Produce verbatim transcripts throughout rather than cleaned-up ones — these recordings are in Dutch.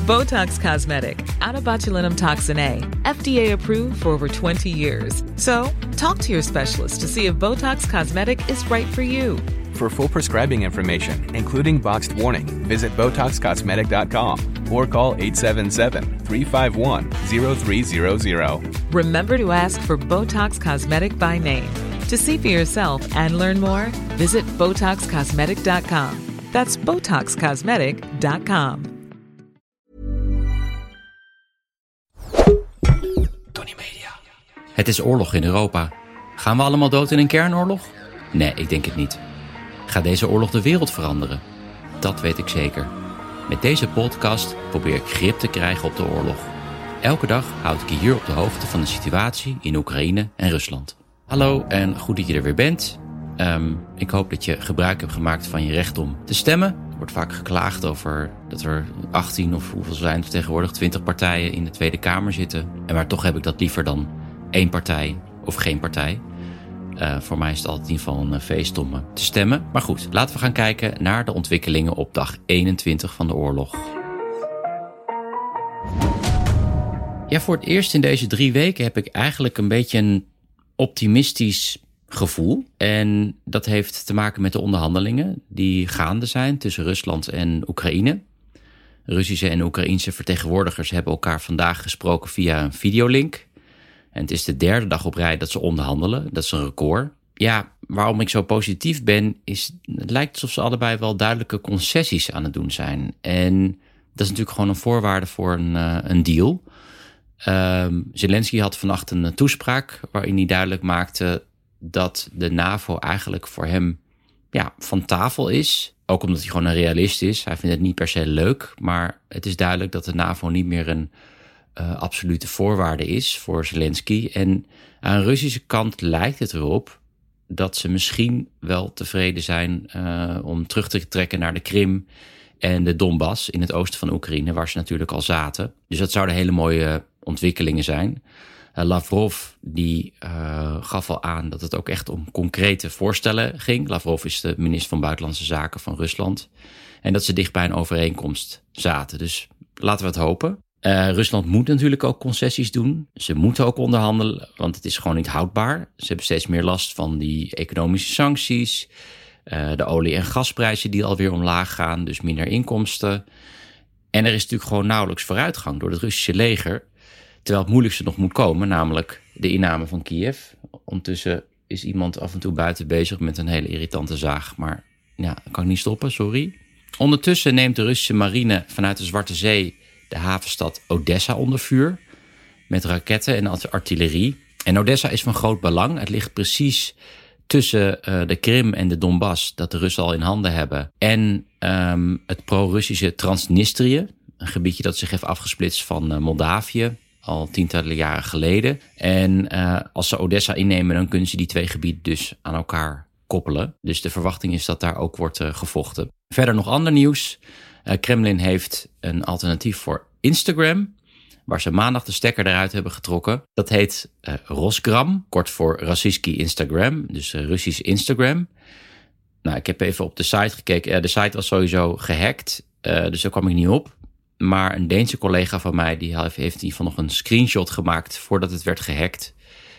Botox Cosmetic, out of botulinum toxin A, F D A approved for over twenty years. So, talk to your specialist to see if Botox Cosmetic is right for you. For full prescribing information, including boxed warning, visit Botox Cosmetic dot com or call eight seven seven, three five one, zero three zero zero. Remember to ask for Botox Cosmetic by name. To see for yourself and learn more, visit Botox Cosmetic dot com. That's Botox Cosmetic dot com. Tony Media. Het is oorlog in Europa. Gaan we allemaal dood in een kernoorlog? Nee, ik denk het niet. Gaat deze oorlog de wereld veranderen? Dat weet ik zeker. Met deze podcast probeer ik grip te krijgen op de oorlog. Elke dag houd ik je hier op de hoogte van de situatie in Oekraïne en Rusland. Hallo en goed dat je er weer bent. Um, ik hoop dat je gebruik hebt gemaakt van je recht om te stemmen. Er wordt vaak geklaagd over dat er achttien of hoeveel zijn er tegenwoordig twintig partijen in de Tweede Kamer zitten. En maar toch heb ik dat liever dan één partij of geen partij. Uh, voor mij is het altijd in ieder geval een feest om te stemmen. Maar goed, laten we gaan kijken naar de ontwikkelingen op dag eenentwintig van de oorlog. Ja, voor het eerst in deze drie weken heb ik eigenlijk een beetje een optimistisch gevoel. En dat heeft te maken met de onderhandelingen die gaande zijn tussen Rusland en Oekraïne. Russische en Oekraïense vertegenwoordigers hebben elkaar vandaag gesproken via een videolink. En het is de derde dag op rij dat ze onderhandelen. Dat is een record. Ja, waarom ik zo positief ben, is het lijkt alsof ze allebei wel duidelijke concessies aan het doen zijn. En dat is natuurlijk gewoon een voorwaarde voor een, uh, een deal. Um, Zelensky had vannacht een toespraak waarin hij duidelijk maakte dat de NAVO eigenlijk voor hem ja, van tafel is. Ook omdat hij gewoon een realist is. Hij vindt het niet per se leuk, maar het is duidelijk dat de NAVO niet meer een uh, absolute voorwaarde is voor Zelensky. En aan de Russische kant lijkt het erop dat ze misschien wel tevreden zijn uh, om terug te trekken naar de Krim en de Donbass in het oosten van Oekraïne, waar ze natuurlijk al zaten. Dus dat zouden hele mooie ontwikkelingen zijn. Uh, Lavrov die uh, gaf al aan dat het ook echt om concrete voorstellen ging. Lavrov is de minister van Buitenlandse Zaken van Rusland. En dat ze dicht bij een overeenkomst zaten. Dus laten we het hopen. Uh, Rusland moet natuurlijk ook concessies doen. Ze moeten ook onderhandelen, want het is gewoon niet houdbaar. Ze hebben steeds meer last van die economische sancties. Uh, de olie- en gasprijzen die alweer omlaag gaan, dus minder inkomsten. En er is natuurlijk gewoon nauwelijks vooruitgang door het Russische leger. Terwijl het moeilijkste nog moet komen, namelijk de inname van Kiev. Ondertussen is iemand af en toe buiten bezig met een hele irritante zaag. Maar ja, kan ik niet stoppen, sorry. Ondertussen neemt de Russische marine vanuit de Zwarte Zee de havenstad Odessa onder vuur. Met raketten en artillerie. En Odessa is van groot belang. Het ligt precies tussen uh, de Krim en de Donbass, dat de Russen al in handen hebben. En um, het pro-Russische Transnistrië. Een gebiedje dat zich heeft afgesplitst van uh, Moldavië. Al tientallen jaren geleden. En uh, als ze Odessa innemen, dan kunnen ze die twee gebieden dus aan elkaar koppelen. Dus de verwachting is dat daar ook wordt uh, gevochten. Verder nog ander nieuws. Uh, Kremlin heeft een alternatief voor Instagram, waar ze maandag de stekker eruit hebben getrokken. Dat heet uh, Rosgram, kort voor Rossiyski Instagram, dus uh, Russisch Instagram. Nou, ik heb even op de site gekeken. Uh, de site was sowieso gehackt, uh, dus daar kwam ik niet op. Maar een Deense collega van mij die heeft in ieder geval nog een screenshot gemaakt voordat het werd gehackt.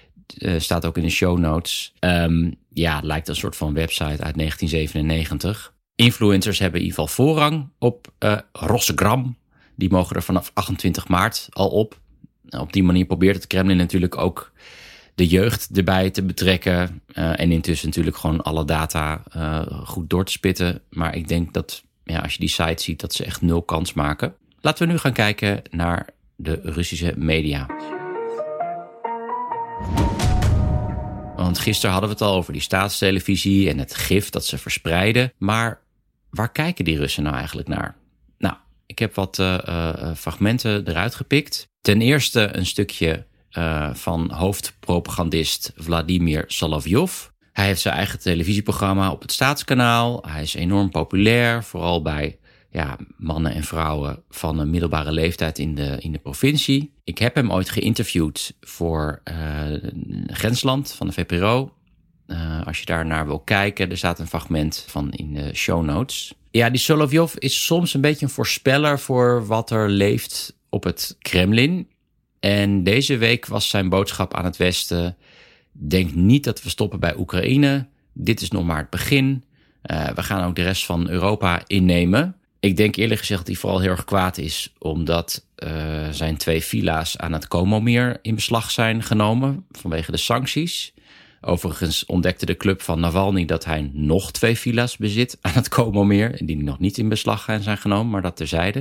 Uh, staat ook in de show notes. Um, ja, het lijkt een soort van website uit negentien zevenennegentig. Influencers hebben in ieder geval voorrang op uh, Rosgram. Die mogen er vanaf achtentwintig maart al op. Nou, op die manier probeert het Kremlin natuurlijk ook de jeugd erbij te betrekken. Uh, en intussen natuurlijk gewoon alle data uh, goed door te spitten. Maar ik denk dat ja, als je die site ziet, dat ze echt nul kans maken. Laten we nu gaan kijken naar de Russische media. Want gisteren hadden we het al over die staatstelevisie en het gif dat ze verspreiden. Maar waar kijken die Russen nou eigenlijk naar? Nou, ik heb wat uh, uh, fragmenten eruit gepikt. Ten eerste een stukje uh, van hoofdpropagandist Vladimir Solovyov. Hij heeft zijn eigen televisieprogramma op het Staatskanaal. Hij is enorm populair, vooral bij ja, mannen en vrouwen van een middelbare leeftijd in de, in de provincie. Ik heb hem ooit geïnterviewd voor uh, Grensland van de V P R O. Uh, als je daar naar wil kijken, er staat een fragment van in de show notes. Ja, die Solovjov is soms een beetje een voorspeller voor wat er leeft op het Kremlin. En deze week was zijn boodschap aan het Westen: denk niet dat we stoppen bij Oekraïne. Dit is nog maar het begin. Uh, we gaan ook de rest van Europa innemen. Ik denk eerlijk gezegd dat hij vooral heel erg kwaad is, omdat uh, zijn twee villa's aan het Komomeer in beslag zijn genomen vanwege de sancties. Overigens ontdekte de club van Navalny dat hij nog twee villa's bezit aan het Komomeer, die nog niet in beslag zijn genomen, maar dat terzijde.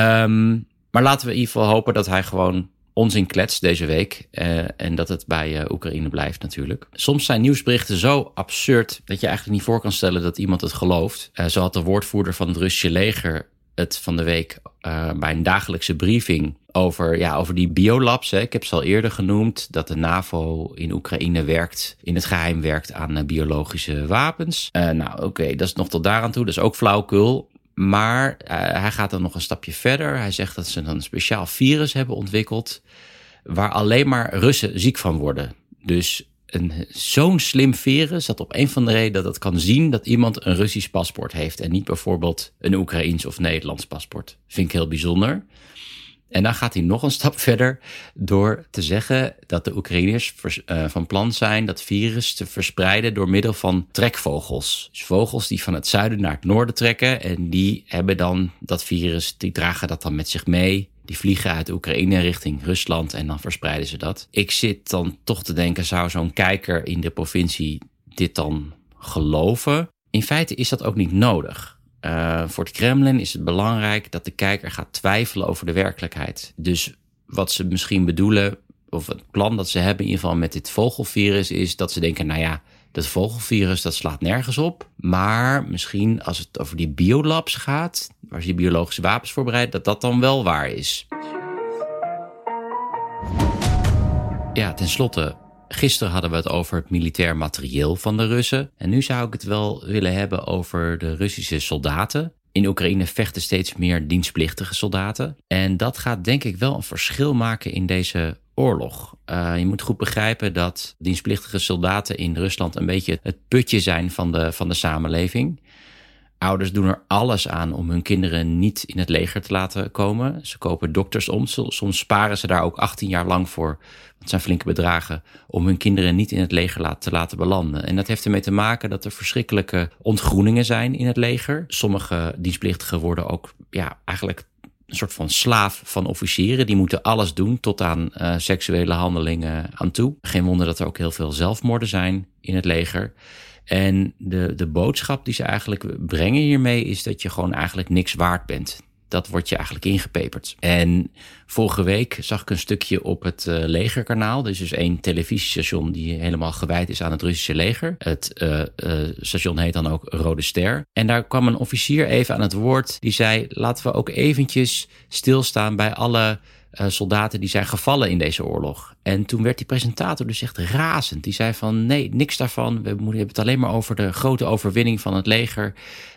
Um, maar laten we in ieder geval hopen dat hij gewoon onzin kletst deze week uh, en dat het bij uh, Oekraïne blijft natuurlijk. Soms zijn nieuwsberichten zo absurd dat je eigenlijk niet voor kan stellen dat iemand het gelooft. Uh, zo had de woordvoerder van het Russische leger het van de week uh, bij een dagelijkse briefing over, ja, over die biolabs. Hè. Ik heb ze al eerder genoemd dat de NAVO in Oekraïne werkt, in het geheim werkt aan uh, biologische wapens. Uh, nou oké, okay, dat is nog tot daaraan toe, dat is ook flauwekul. Maar uh, hij gaat dan nog een stapje verder. Hij zegt dat ze een speciaal virus hebben ontwikkeld waar alleen maar Russen ziek van worden. Dus een, zo'n slim virus dat op een van de redenen dat het kan zien dat iemand een Russisch paspoort heeft en niet bijvoorbeeld een Oekraïens of Nederlands paspoort. Vind ik heel bijzonder. En dan gaat hij nog een stap verder door te zeggen dat de Oekraïners vers, uh, van plan zijn dat virus te verspreiden door middel van trekvogels. Dus vogels die van het zuiden naar het noorden trekken en die hebben dan dat virus, die dragen dat dan met zich mee. Die vliegen uit Oekraïne richting Rusland en dan verspreiden ze dat. Ik zit dan toch te denken, zou zo'n kijker in de provincie dit dan geloven? In feite is dat ook niet nodig. Uh, voor het Kremlin is het belangrijk dat de kijker gaat twijfelen over de werkelijkheid. Dus wat ze misschien bedoelen, of het plan dat ze hebben in ieder geval met dit vogelvirus, is dat ze denken, nou ja, dat vogelvirus dat slaat nergens op. Maar misschien als het over die biolabs gaat, waar ze die biologische wapens voorbereiden, dat dat dan wel waar is. Ja, tenslotte, gisteren hadden we het over het militair materieel van de Russen. En nu zou ik het wel willen hebben over de Russische soldaten. In Oekraïne vechten steeds meer dienstplichtige soldaten. En dat gaat denk ik wel een verschil maken in deze oorlog. Uh, je moet goed begrijpen dat dienstplichtige soldaten in Rusland een beetje het putje zijn van de, van de samenleving. Ouders doen er alles aan om hun kinderen niet in het leger te laten komen. Ze kopen dokters om. Soms sparen ze daar ook achttien jaar lang voor. Dat zijn flinke bedragen om hun kinderen niet in het leger te laten belanden. En dat heeft ermee te maken dat er verschrikkelijke ontgroeningen zijn in het leger. Sommige dienstplichtigen worden ook ja, eigenlijk een soort van slaaf van officieren. Die moeten alles doen tot aan uh, seksuele handelingen aan toe. Geen wonder dat er ook heel veel zelfmoorden zijn in het leger. En de, de boodschap die ze eigenlijk brengen hiermee is dat je gewoon eigenlijk niks waard bent. Dat wordt je eigenlijk ingepeperd. En vorige week zag ik een stukje op het uh, legerkanaal. Er is dus één televisiestation die helemaal gewijd is aan het Russische leger. Het uh, uh, station heet dan ook Rode Ster. En daar kwam een officier even aan het woord. Die zei, laten we ook eventjes stilstaan bij alle uh, soldaten die zijn gevallen in deze oorlog. En toen werd die presentator dus echt razend. Die zei van, nee, niks daarvan. We hebben het alleen maar over de grote overwinning van het leger.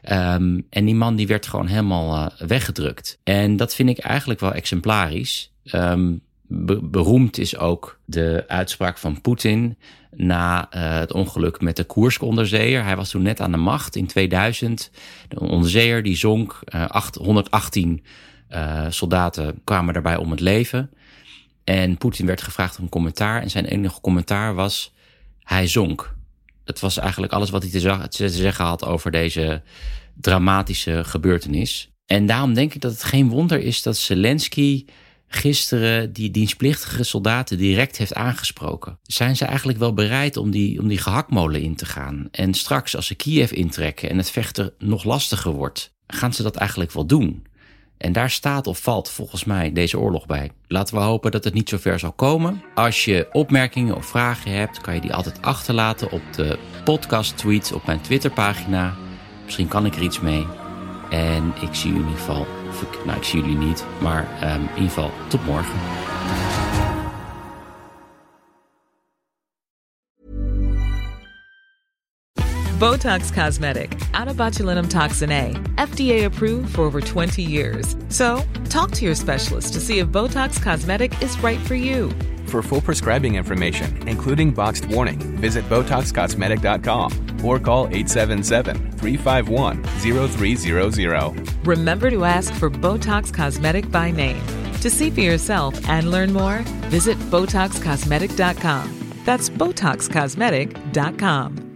Um, en die man die werd gewoon helemaal uh, weggedrukt. En dat vind ik eigenlijk wel exemplarisch. Um, be- beroemd is ook de uitspraak van Poetin na uh, het ongeluk met de Koersk-onderzeeër. Hij was toen net aan de macht in tweeduizend. De onderzeeër die zonk, uh, honderdachttien uh, soldaten kwamen daarbij om het leven. En Poetin werd gevraagd om een commentaar. En zijn enige commentaar was, hij zonk. Dat was eigenlijk alles wat hij te zeggen had over deze dramatische gebeurtenis. En daarom denk ik dat het geen wonder is dat Zelensky gisteren die dienstplichtige soldaten direct heeft aangesproken. Zijn ze eigenlijk wel bereid om die, om die gehaktmolen in te gaan? En straks als ze Kiev intrekken en het vechten nog lastiger wordt, gaan ze dat eigenlijk wel doen? En daar staat of valt volgens mij deze oorlog bij. Laten we hopen dat het niet zo ver zal komen. Als je opmerkingen of vragen hebt, kan je die altijd achterlaten op de podcast-tweet op mijn Twitterpagina. Misschien kan ik er iets mee. En ik zie jullie in ieder geval, of ik, nou ik zie jullie niet, maar um, in ieder geval tot morgen. Botox Cosmetic, out of botulinum toxin A, F D A approved for over twenty years. So, talk to your specialist to see if Botox Cosmetic is right for you. For full prescribing information, including boxed warning, visit Botox Cosmetic dot com or call eight seven seven, three five one, zero three zero zero. Remember to ask for Botox Cosmetic by name. To see for yourself and learn more, visit Botox Cosmetic dot com. That's Botox Cosmetic dot com.